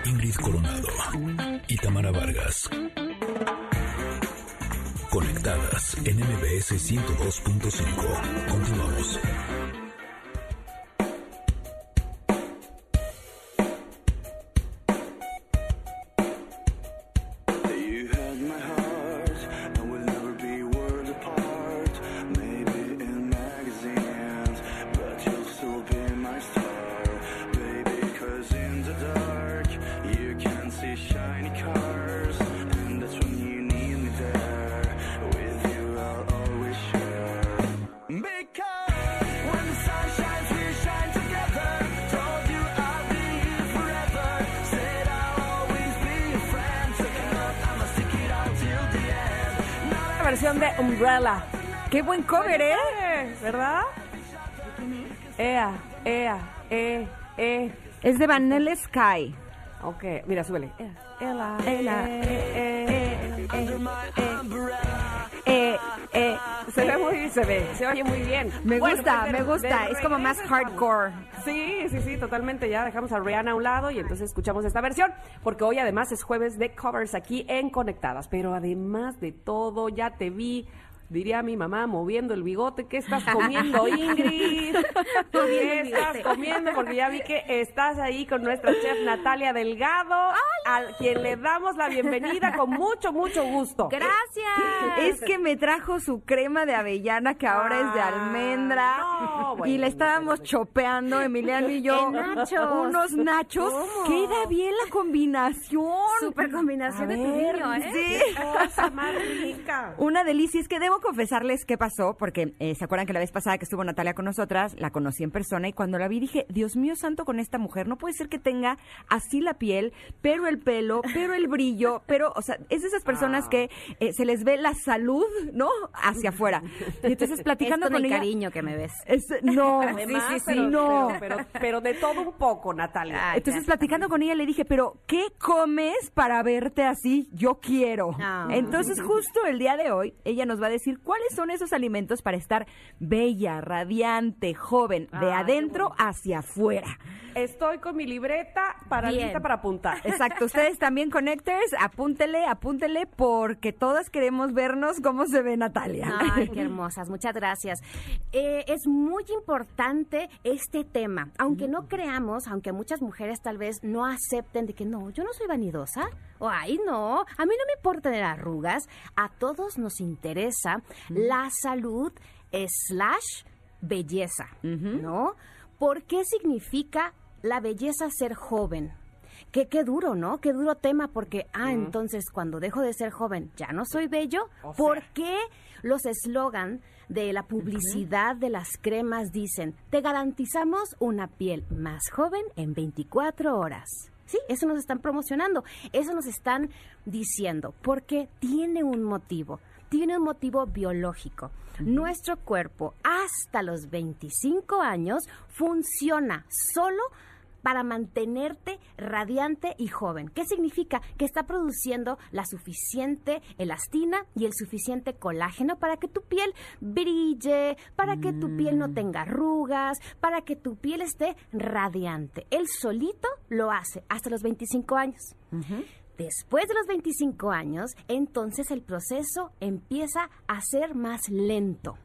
Ingrid Coronado y Tamara Vargas. Conectadas en MBS 102.5. Continuamos. Versión de Umbrella. Qué buen cover, ¿verdad? Es de Vanilla Sky. Ok, mira, súbele. Se oye muy bien. Me gusta. De Es como más hardcore. Sí, totalmente. Ya dejamos a Rihanna a un lado y entonces escuchamos esta versión, porque hoy además es jueves de covers aquí en Conectadas. Pero además de todo, ya te vi, diría mi mamá, moviendo el bigote. ¿Qué estás comiendo, Ingrid? ¿Qué estás comiendo? Porque ya vi que estás ahí con nuestra chef Natalia Delgado, a quien le damos la bienvenida con mucho gusto. ¡Gracias! Es que me trajo su crema de avellana, que ahora es de almendra. Y le estábamos chopeando, Emiliano y yo, unos nachos. Queda bien la combinación. Super combinación de tu niño, ¿eh? Sí. Cosa más rica. Una delicia. Es que debo confesarles qué pasó, porque se acuerdan que la vez pasada que estuvo Natalia con nosotras, la conocí en persona y cuando la vi dije, Dios mío santo, con esta mujer no puede ser que tenga así la piel, pero el pelo, pero el brillo, pero, o sea, es de esas personas que se les ve la salud, ¿no? Hacia afuera. Y entonces platicando con el ella, cariño que me ves. No, Además, sí, no. Pero de todo un poco, Natalia. Entonces platicando con ella le dije, pero ¿qué comes para verte así? Yo quiero. Entonces justo el día de hoy ella nos va a decir cuáles son esos alimentos para estar bella, radiante, joven, de adentro hacia afuera. Estoy con mi libreta lista para apuntar. Exacto, ustedes también connectors, apúntele, porque todas queremos vernos cómo se ve Natalia. Ay, qué hermosas, muchas gracias. Es muy importante este tema, aunque no creamos, aunque muchas mujeres tal vez no acepten de que no, yo no soy vanidosa, o ay no, a mí no me importa tener arrugas, a todos nos interesa la salud / belleza, ¿no? ¿Por qué significa la belleza ser joven? Qué duro, ¿no? Qué duro tema, porque, entonces, cuando dejo de ser joven, ¿ya no soy bello? ¿Por qué los eslogan de la publicidad de las cremas dicen, te garantizamos una piel más joven en 24 horas? Sí, eso nos están promocionando, eso nos están diciendo, porque tiene un motivo biológico. Nuestro cuerpo, hasta los 25 años, funciona solo para mantenerte radiante y joven. ¿Qué significa? Que está produciendo la suficiente elastina y el suficiente colágeno para que tu piel brille, para que tu piel no tenga arrugas, para que tu piel esté radiante. Él solito lo hace hasta los 25 años. Después de los 25 años, entonces el proceso empieza a ser más lento.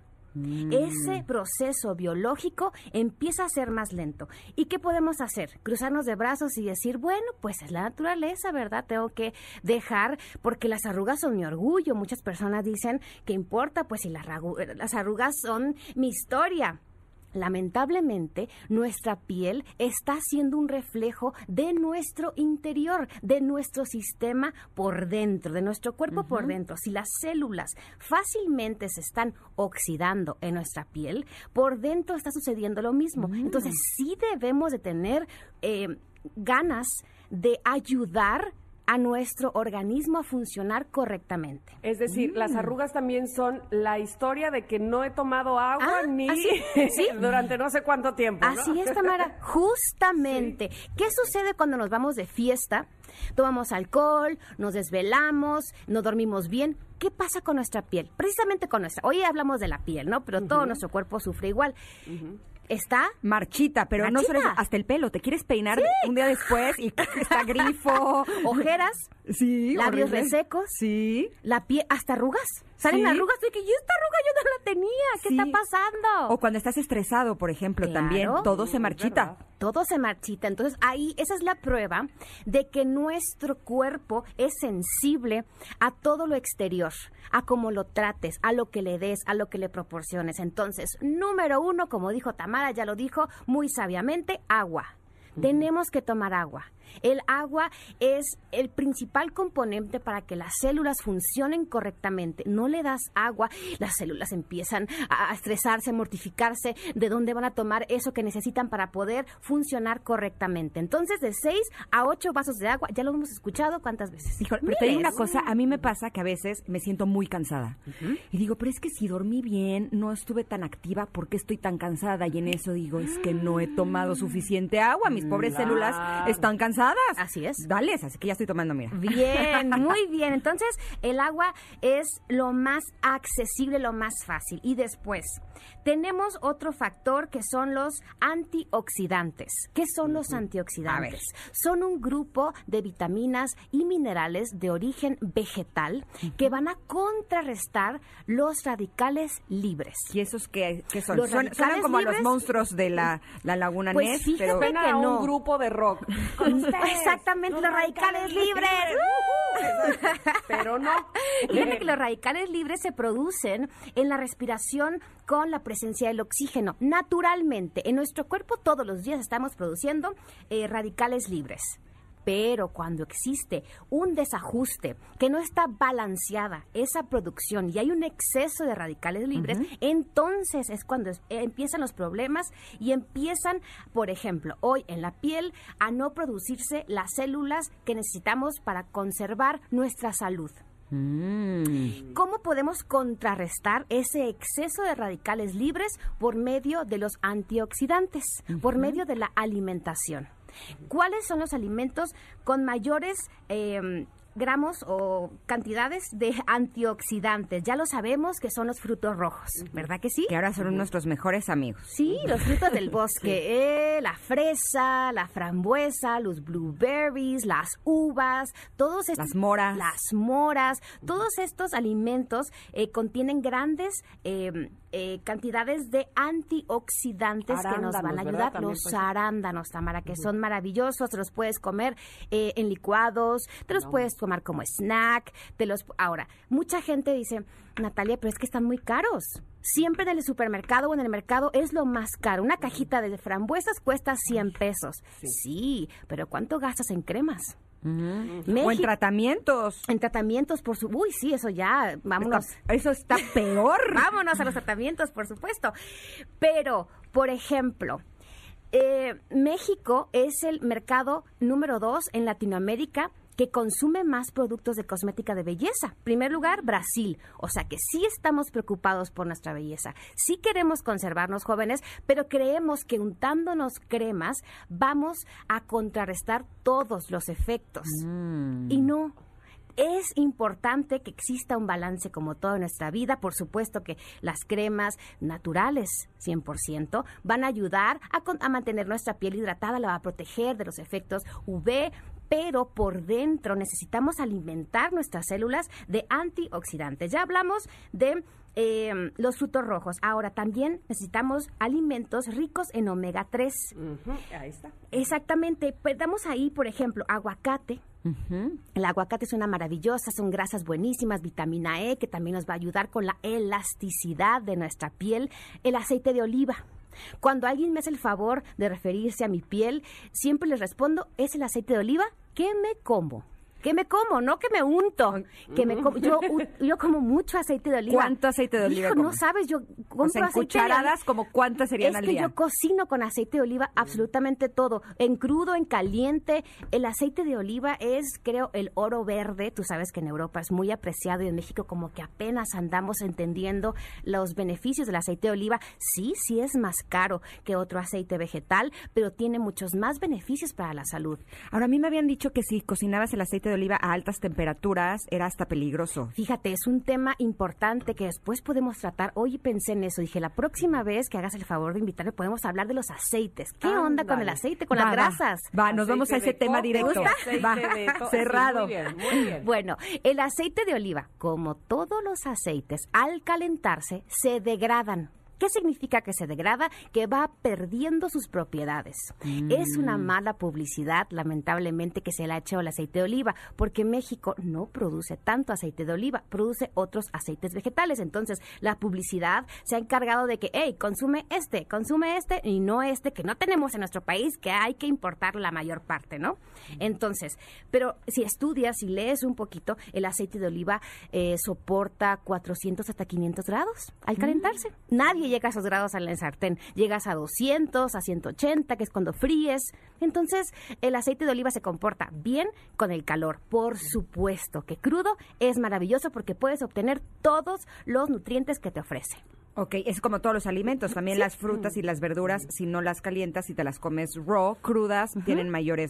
Ese proceso biológico empieza a ser más lento. ¿Y qué podemos hacer? Cruzarnos de brazos y decir, bueno, pues es la naturaleza, ¿verdad? Tengo que dejar, porque las arrugas son mi orgullo. Muchas personas dicen, ¿qué importa? Pues si las arrugas son mi historia. Lamentablemente, nuestra piel está siendo un reflejo de nuestro interior, de nuestro sistema por dentro, de nuestro cuerpo por dentro. Si las células fácilmente se están oxidando en nuestra piel, por dentro está sucediendo lo mismo. Entonces, sí debemos de tener ganas de ayudar a nuestro organismo a funcionar correctamente. Es decir, las arrugas también son la historia de que no he tomado agua ¿sí? durante no sé cuánto tiempo, ¿no? Así es, Tamara, justamente. Sí. ¿Qué sucede cuando nos vamos de fiesta? Tomamos alcohol, nos desvelamos, no dormimos bien. ¿Qué pasa con nuestra piel? Precisamente con nuestra. Hoy hablamos de la piel, ¿no? Pero todo nuestro cuerpo sufre igual. está marchita, pero no solo eso, hasta el pelo. Te quieres peinar un día después y está grifo. Ojeras. Sí, labios horrible. resecos. Sí. La piel, hasta arrugas. Salen arrugas de que yo esta arruga yo no la tenía. ¿Qué está pasando? O cuando estás estresado, por ejemplo, también todo se marchita. Todo se marchita. Entonces ahí esa es la prueba de que nuestro cuerpo es sensible a todo lo exterior, a cómo lo trates, a lo que le des, a lo que le proporciones. Entonces, número 1, como dijo Tamara, ya lo dijo muy sabiamente, agua. Tenemos que tomar agua. El agua es el principal componente para que las células funcionen correctamente. No le das agua, las células empiezan a estresarse, a mortificarse. ¿De dónde van a tomar eso que necesitan para poder funcionar correctamente? Entonces, de 6 a 8 vasos de agua, ya lo hemos escuchado ¿cuántas veces? Híjole, pero te digo una cosa, a mí me pasa que a veces me siento muy cansada. Y digo, pero es que si dormí bien, no estuve tan activa, ¿por qué estoy tan cansada? Y en eso digo, es que no he tomado suficiente agua, mis pobres células están cansadas. Así es. Dale, así que ya estoy tomando, mira. Bien, muy bien. Entonces, el agua es lo más accesible, lo más fácil. Y después, tenemos otro factor que son los antioxidantes. ¿Qué son los antioxidantes? Son un grupo de vitaminas y minerales de origen vegetal que van a contrarrestar los radicales libres. ¿Y esos qué son? Los Suenan radicales como libres, a los monstruos de la Laguna pues Ness, fíjate pero que Suena a no. un grupo de rock. Exactamente, los radicales libres. Pero no. Fíjate que los radicales libres se producen en la respiración con la presencia del oxígeno. Naturalmente, en nuestro cuerpo todos los días estamos produciendo radicales libres. Pero cuando existe un desajuste, que no está balanceada esa producción y hay un exceso de radicales libres, entonces es cuando empiezan los problemas y empiezan, por ejemplo, hoy en la piel, a no producirse las células que necesitamos para conservar nuestra salud. ¿Cómo podemos contrarrestar ese exceso de radicales libres? Por medio de los antioxidantes, por medio de la alimentación. ¿Cuáles son los alimentos con mayores gramos o cantidades de antioxidantes? Ya lo sabemos que son los frutos rojos, ¿verdad que sí? que ahora son nuestros mejores amigos. Sí, los frutos del bosque, la fresa, la frambuesa, los blueberries, las uvas, todos estos, las moras, todos estos alimentos contienen grandes cantidades de antioxidantes que nos van a ayudar. También, los arándanos, Tamara, que son maravillosos, te los puedes comer en licuados, te los puedes tomar como snack, Ahora, mucha gente dice, Natalia, pero es que están muy caros. Siempre en el supermercado o en el mercado es lo más caro. Una cajita de frambuesas cuesta 100 pesos. Sí, pero ¿cuánto gastas en cremas? O en tratamientos. En tratamientos, por su... Uy, sí, eso ya, vámonos. Eso está peor. Vámonos a los tratamientos, por supuesto. Pero, por ejemplo, México es el mercado número 2 en Latinoamérica que consume más productos de cosmética de belleza. En primer lugar, Brasil. O sea que sí estamos preocupados por nuestra belleza. Sí queremos conservarnos jóvenes, pero creemos que untándonos cremas vamos a contrarrestar todos los efectos. Y no. Es importante que exista un balance como todo en nuestra vida. Por supuesto que las cremas naturales, 100%, van a ayudar a mantener nuestra piel hidratada, la va a proteger de los efectos UV, pero por dentro necesitamos alimentar nuestras células de antioxidantes. Ya hablamos de los frutos rojos. Ahora también necesitamos alimentos ricos en omega 3. Ahí está. Exactamente. Pues damos ahí, por ejemplo, aguacate. El aguacate es una maravillosa, son grasas buenísimas, vitamina E, que también nos va a ayudar con la elasticidad de nuestra piel. El aceite de oliva. Cuando alguien me hace el favor de referirse a mi piel, siempre les respondo, ¿es el aceite de oliva? ¿Qué me como? ¿Qué me como? No que me unto. Que me como. Yo como mucho aceite de oliva. ¿Cuánto aceite de oliva? Hijo, no sabes, yo compro en aceite cucharadas, ¿como cuántas serían al día? Es que yo cocino con aceite de oliva absolutamente todo. En crudo, en caliente. El aceite de oliva es, creo, el oro verde. Tú sabes que en Europa es muy apreciado y en México como que apenas andamos entendiendo los beneficios del aceite de oliva. Sí es más caro que otro aceite vegetal, pero tiene muchos más beneficios para la salud. Ahora, a mí me habían dicho que si cocinabas el aceite de oliva a altas temperaturas era hasta peligroso. Fíjate, es un tema importante que después podemos tratar. Hoy pensé en eso. Dije, la próxima vez que hagas el favor de invitarme, podemos hablar de los aceites. ¿Qué onda con el aceite, con las grasas? Va, nos vamos a ese tema directo. Va, cerrado. Sí, muy bien. Bueno, el aceite de oliva, como todos los aceites, al calentarse, se degradan. ¿Qué significa que se degrada? Que va perdiendo sus propiedades. Es una mala publicidad, lamentablemente, que se le ha hecho al aceite de oliva, porque México no produce tanto aceite de oliva, produce otros aceites vegetales. Entonces, la publicidad se ha encargado de que, hey, consume este, y no este, que no tenemos en nuestro país, que hay que importar la mayor parte, ¿no? Entonces, pero si estudias y lees un poquito, el aceite de oliva soporta 400 hasta 500 grados al calentarse. Nadie llega a esos grados en la sartén. Llegas a 200, a 180, que es cuando fríes. Entonces, el aceite de oliva se comporta bien con el calor. Por supuesto que crudo es maravilloso porque puedes obtener todos los nutrientes que te ofrece. Ok, es como todos los alimentos, también las frutas y las verduras, si no las calientas y te las comes raw, crudas, tienen mayor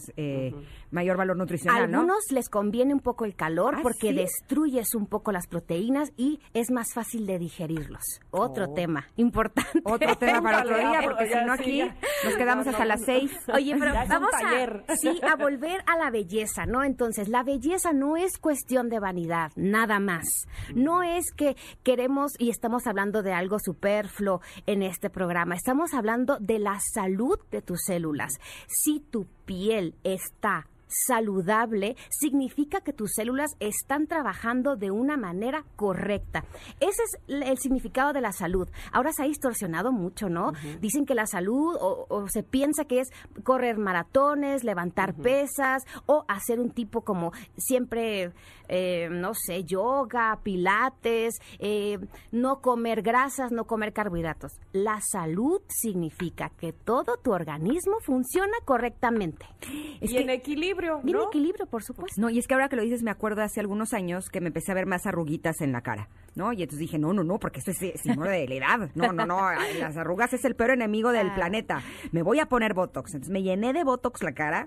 valor nutricional, ¿no? A algunos les conviene un poco el calor porque ¿sí? destruyes un poco las proteínas y es más fácil de digerirlos. Otro tema importante. Otro tema para otro día, porque si no aquí nos quedamos hasta las 6. Oye, pero Ya es un vamos taller. a volver a la belleza, ¿no? Entonces, la belleza no es cuestión de vanidad, nada más. No es que queremos y estamos hablando de algo superfluo en este programa. Estamos hablando de la salud de tus células. Si tu piel está saludable, significa que tus células están trabajando de una manera correcta. Ese es el significado de la salud. Ahora se ha distorsionado mucho, ¿no? Dicen que la salud o se piensa que es correr maratones, levantar pesas o hacer un tipo como siempre, no sé, yoga, pilates, no comer grasas, no comer carbohidratos. La salud significa que todo tu organismo funciona correctamente. Y en equilibrio, Bien ¿no? equilibrio, por supuesto. No, y es que ahora que lo dices, me acuerdo hace algunos años que me empecé a ver más arruguitas en la cara, ¿no? Y entonces dije, no, porque esto es símbolo de la edad. No, las arrugas es el peor enemigo del planeta. Me voy a poner Botox. Entonces me llené de Botox la cara.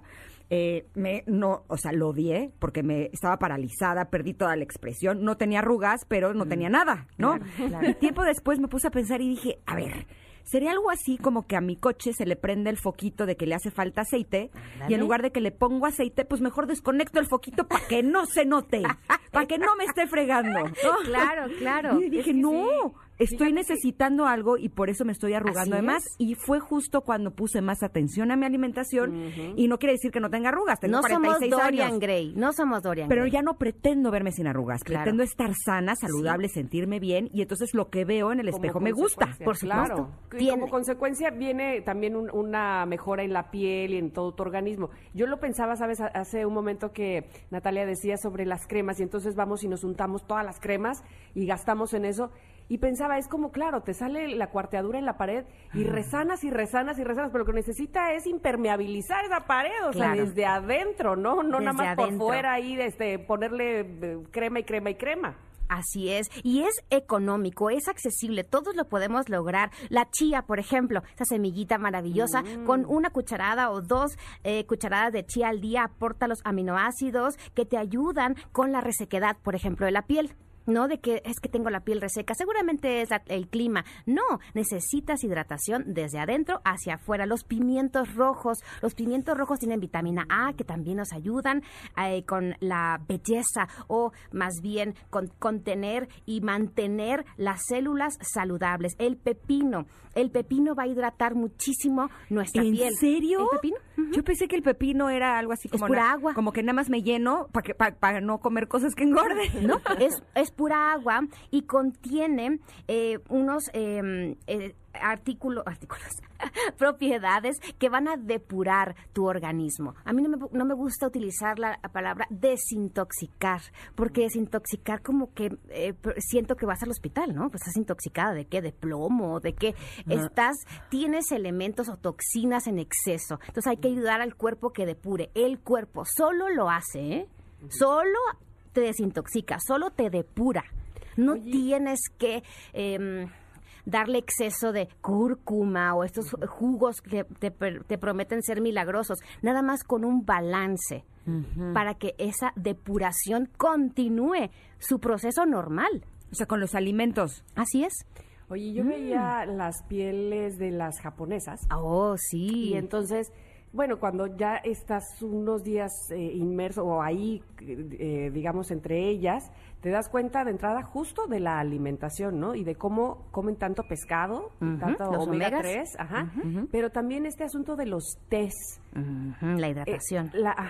Lo odié porque me estaba paralizada, perdí toda la expresión. No tenía arrugas, pero no tenía nada, ¿no? Claro. Y tiempo después me puse a pensar y dije, a ver, sería algo así como que a mi coche se le prende el foquito de que le hace falta aceite. Ándale. Y en lugar de que le pongo aceite, pues mejor desconecto el foquito para que no se note, para que no me esté fregando, ¿no? Claro. Y dije, que no, sí. estoy necesitando algo y por eso me estoy arrugando Así de más. es. Y fue justo cuando puse más atención a mi alimentación. Y no quiere decir que no tenga arrugas, tengo No somos 46 Dorian años. Gray, no somos Dorian Pero Gray. ya no pretendo verme sin arrugas, Claro. pretendo estar sana, saludable, sentirme bien, y entonces lo que veo en el Como espejo me gusta. consecuencia, por supuesto. Claro. Y como consecuencia viene también una mejora en la piel y en todo tu organismo. Yo lo pensaba, ¿sabes? Hace un momento que Natalia decía sobre las cremas y entonces vamos y nos untamos todas las cremas y gastamos en eso. Y pensaba, es como, claro, te sale la cuarteadura en la pared y resanas, pero lo que necesita es impermeabilizar esa pared, o sea, Claro. desde adentro, ¿no? No nada Desde más por adentro. fuera ahí, ponerle crema y crema y crema. Así es, y es económico, es accesible, todos lo podemos lograr. La chía, por ejemplo, esa semillita maravillosa, con una cucharada o 2 cucharadas de chía al día aporta los aminoácidos que te ayudan con la resequedad, por ejemplo, de la piel. No de que es que tengo la piel reseca, seguramente es el clima. No, necesitas hidratación desde adentro hacia afuera. Los pimientos rojos tienen vitamina A que también nos ayudan con la belleza o más bien con contener y mantener las células saludables. El pepino va a hidratar muchísimo nuestra ¿En piel. serio? ¿El pepino? Yo pensé que el pepino era algo así como pura agua. como que nada más me lleno para no comer cosas que engorden. No, es pura agua y contiene unos propiedades que van a depurar tu organismo. A mí no me gusta utilizar la palabra desintoxicar, porque desintoxicar como que siento que vas al hospital, ¿no? Pues estás intoxicada, ¿de qué? ¿De plomo? ¿De qué? Tienes elementos o toxinas en exceso. Entonces hay que ayudar al cuerpo que depure. El cuerpo solo lo hace, ¿eh? Solo te desintoxica, solo te depura. No tienes que darle exceso de cúrcuma o estos jugos que te prometen ser milagrosos. Nada más con un balance. para que esa depuración continúe su proceso normal. O sea, con los alimentos. Así es. Oye, yo veía las pieles de las japonesas. Oh, sí. Y entonces, bueno, cuando ya estás unos días inmerso o ahí, digamos, entre ellas, te das cuenta de entrada justo de la alimentación, ¿no? Y de cómo comen tanto pescado, tanto los omega omegas. 3, pero también este asunto de los tés. La hidratación.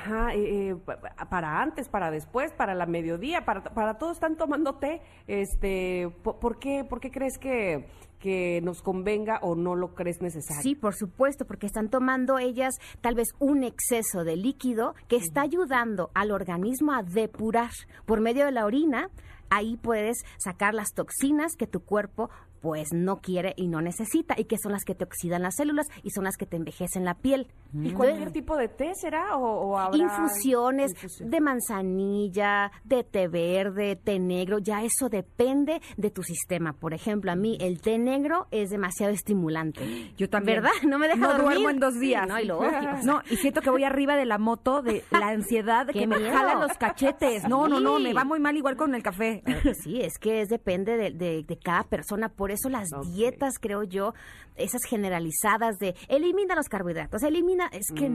Para antes, para después, para la mediodía, para todos están tomando té. ¿Por qué crees que nos convenga o no lo crees necesario? Sí, por supuesto, porque están tomando ellas tal vez un exceso de líquido que está ayudando al organismo a depurar por medio de la orina. Ahí puedes sacar las toxinas que tu cuerpo pues no quiere y no necesita, y que son las que te oxidan las células y son las que te envejecen la piel. ¿Y cualquier tipo de té será o habrá infusiones de manzanilla, de té verde, té negro? Ya eso depende de tu sistema. Por ejemplo, a mí el té negro es demasiado estimulante. Yo también. ¿Verdad? No me deja dormir. No duermo en 2 días. Sí, no, y lo odio. No, y siento que voy arriba de la moto de la ansiedad que me miedo. jalan los cachetes. No, me va muy mal igual con el café. Sí, es que depende de cada persona. Por eso las dietas, creo yo, esas generalizadas de elimina los carbohidratos, es que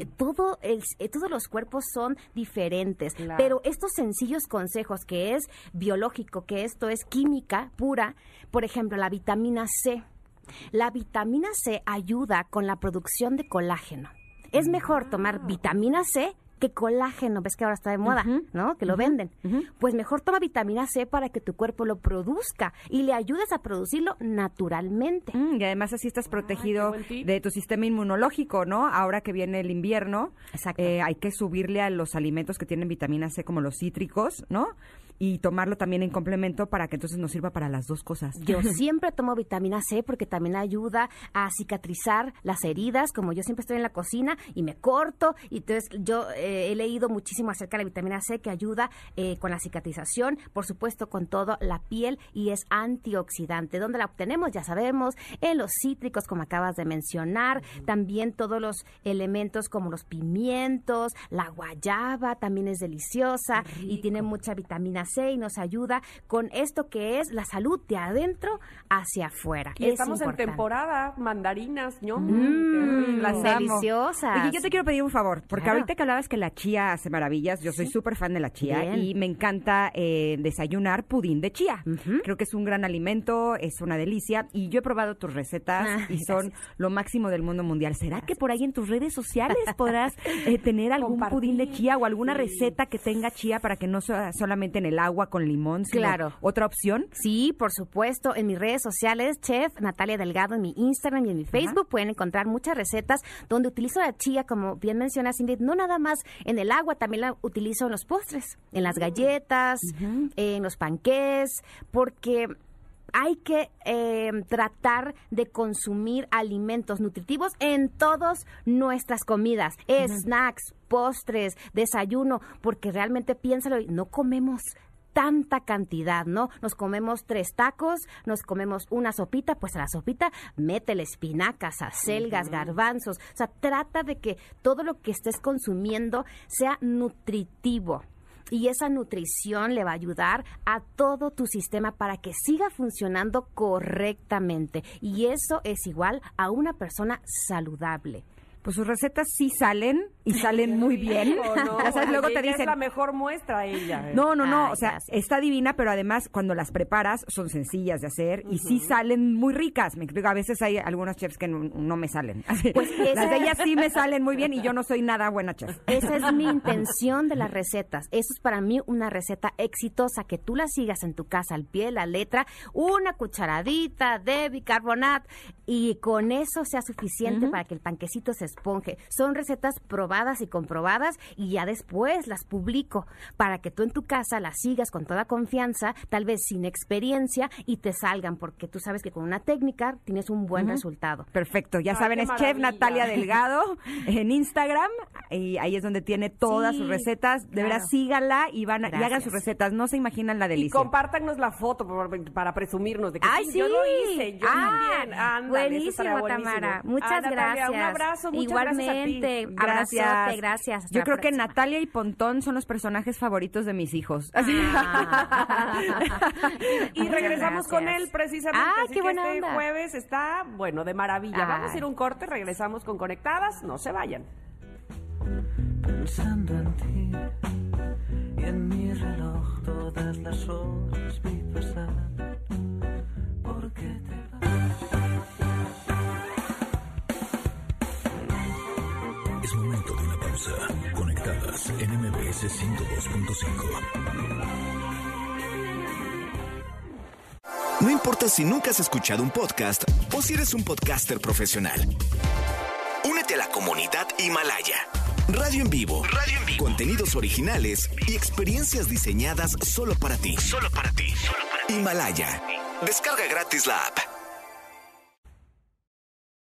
todos los cuerpos son diferentes. Claro. Pero estos sencillos consejos, que es biológico, que esto es química pura, por ejemplo, la vitamina C. La vitamina C ayuda con la producción de colágeno. Es mejor tomar vitamina C que colágeno, ves que ahora está de moda, ¿no? Que lo venden. Pues mejor toma vitamina C para que tu cuerpo lo produzca y le ayudes a producirlo naturalmente. Y además así estás protegido qué buen tip. de tu sistema inmunológico, ¿no? Ahora que viene el invierno, Exacto. Hay que subirle a los alimentos que tienen vitamina C, como los cítricos, ¿no? Y tomarlo también en complemento para que entonces nos sirva para las dos cosas. Yo siempre tomo vitamina C porque también ayuda a cicatrizar las heridas, como yo siempre estoy en la cocina y me corto, y entonces yo he leído muchísimo acerca de la vitamina C, que ayuda con la cicatrización, por supuesto con toda la piel, y es antioxidante. ¿Dónde la obtenemos? Ya sabemos, en los cítricos, como acabas de mencionar, también todos los elementos como los pimientos, la guayaba también es deliciosa y tiene mucha vitamina C y nos ayuda con esto que es la salud de adentro hacia afuera. Y es estamos importante. en temporada, mandarinas, ño. Las amo. Deliciosas. Oye, yo te quiero pedir un favor, porque Claro. ahorita que hablabas que la chía hace maravillas, yo soy súper fan de la chía. Bien. Y me encanta desayunar pudín de chía. Creo que es un gran alimento, es una delicia, y yo he probado tus recetas y son lo máximo del mundo mundial. ¿Será que por ahí en tus redes sociales podrás tener algún pudín de chía o alguna receta que tenga chía para que no sea solamente en el agua con limón, sino Claro. otra opción? Sí, por supuesto. En mis redes sociales, Chef Natalia Delgado, en mi Instagram y en mi Facebook, pueden encontrar muchas recetas donde utilizo la chía, como bien mencionas, Ingrid, no nada más en el agua, también la utilizo en los postres, en las galletas, en los panqués, porque hay que tratar de consumir alimentos nutritivos en todas nuestras comidas, snacks, postres, desayuno, porque realmente piénsalo, no comemos tanta cantidad, ¿no? Nos comemos 3 tacos, nos comemos una sopita, pues a la sopita métele espinacas, acelgas, garbanzos. O sea, trata de que todo lo que estés consumiendo sea nutritivo. Y esa nutrición le va a ayudar a todo tu sistema para que siga funcionando correctamente. Y eso es igual a una persona saludable. Pues sus recetas sí salen y salen muy bien. No, Ya sabes, luego te ella dicen, es la mejor muestra ella. no, Ay, o sea, gracias. está divina, pero además cuando las preparas son sencillas de hacer y sí salen muy ricas. Me explico, a veces hay algunos chefs que no me salen. Pues las de ellas sí me salen muy bien y yo no soy nada buena chef. Esa es mi intención de las recetas. Eso es para mí una receta exitosa, que tú la sigas en tu casa al pie de la letra, una cucharadita de bicarbonato, y con eso sea suficiente para que el panquecito se esponje. Son recetas probadas y comprobadas, y ya después las publico para que tú en tu casa las sigas con toda confianza, tal vez sin experiencia, y te salgan, porque tú sabes que con una técnica tienes un buen resultado. Perfecto, ya Ay, saben, qué es Chef maravilla. Natalia Delgado en Instagram, y ahí es donde tiene todas Sí, sus recetas. De claro. verdad, síganla y y hagan Gracias. sus recetas, no se imaginan la Y delicia. compártanos la foto para presumirnos de que ¡Ay, sí, yo sí! lo hice, yo también. Ándale, eso Buenísimo, estaría buenísimo. Tamara. Muchas Natalia, gracias. un abrazo, muchas Igualmente. gracias a ti. Gracias. besote, gracias. Hasta Yo la creo que próxima. Natalia y Pontón son los personajes favoritos de mis hijos. Y Muchas regresamos con gracias. él precisamente. Ah, así qué que buena este onda. jueves está, bueno, de maravilla. Ay. Vamos a ir a un corte, regresamos con Conectadas. No se vayan. Pensando en ti y en mi reloj todas las horas vi pasar. ¿Por qué te vas? Es momento de una pausa. Conectadas en MBS 102.5. No importa si nunca has escuchado un podcast o si eres un podcaster profesional. Únete a la comunidad Himalaya. Radio en vivo. Contenidos originales y experiencias diseñadas solo para ti. Himalaya. Descarga gratis la app.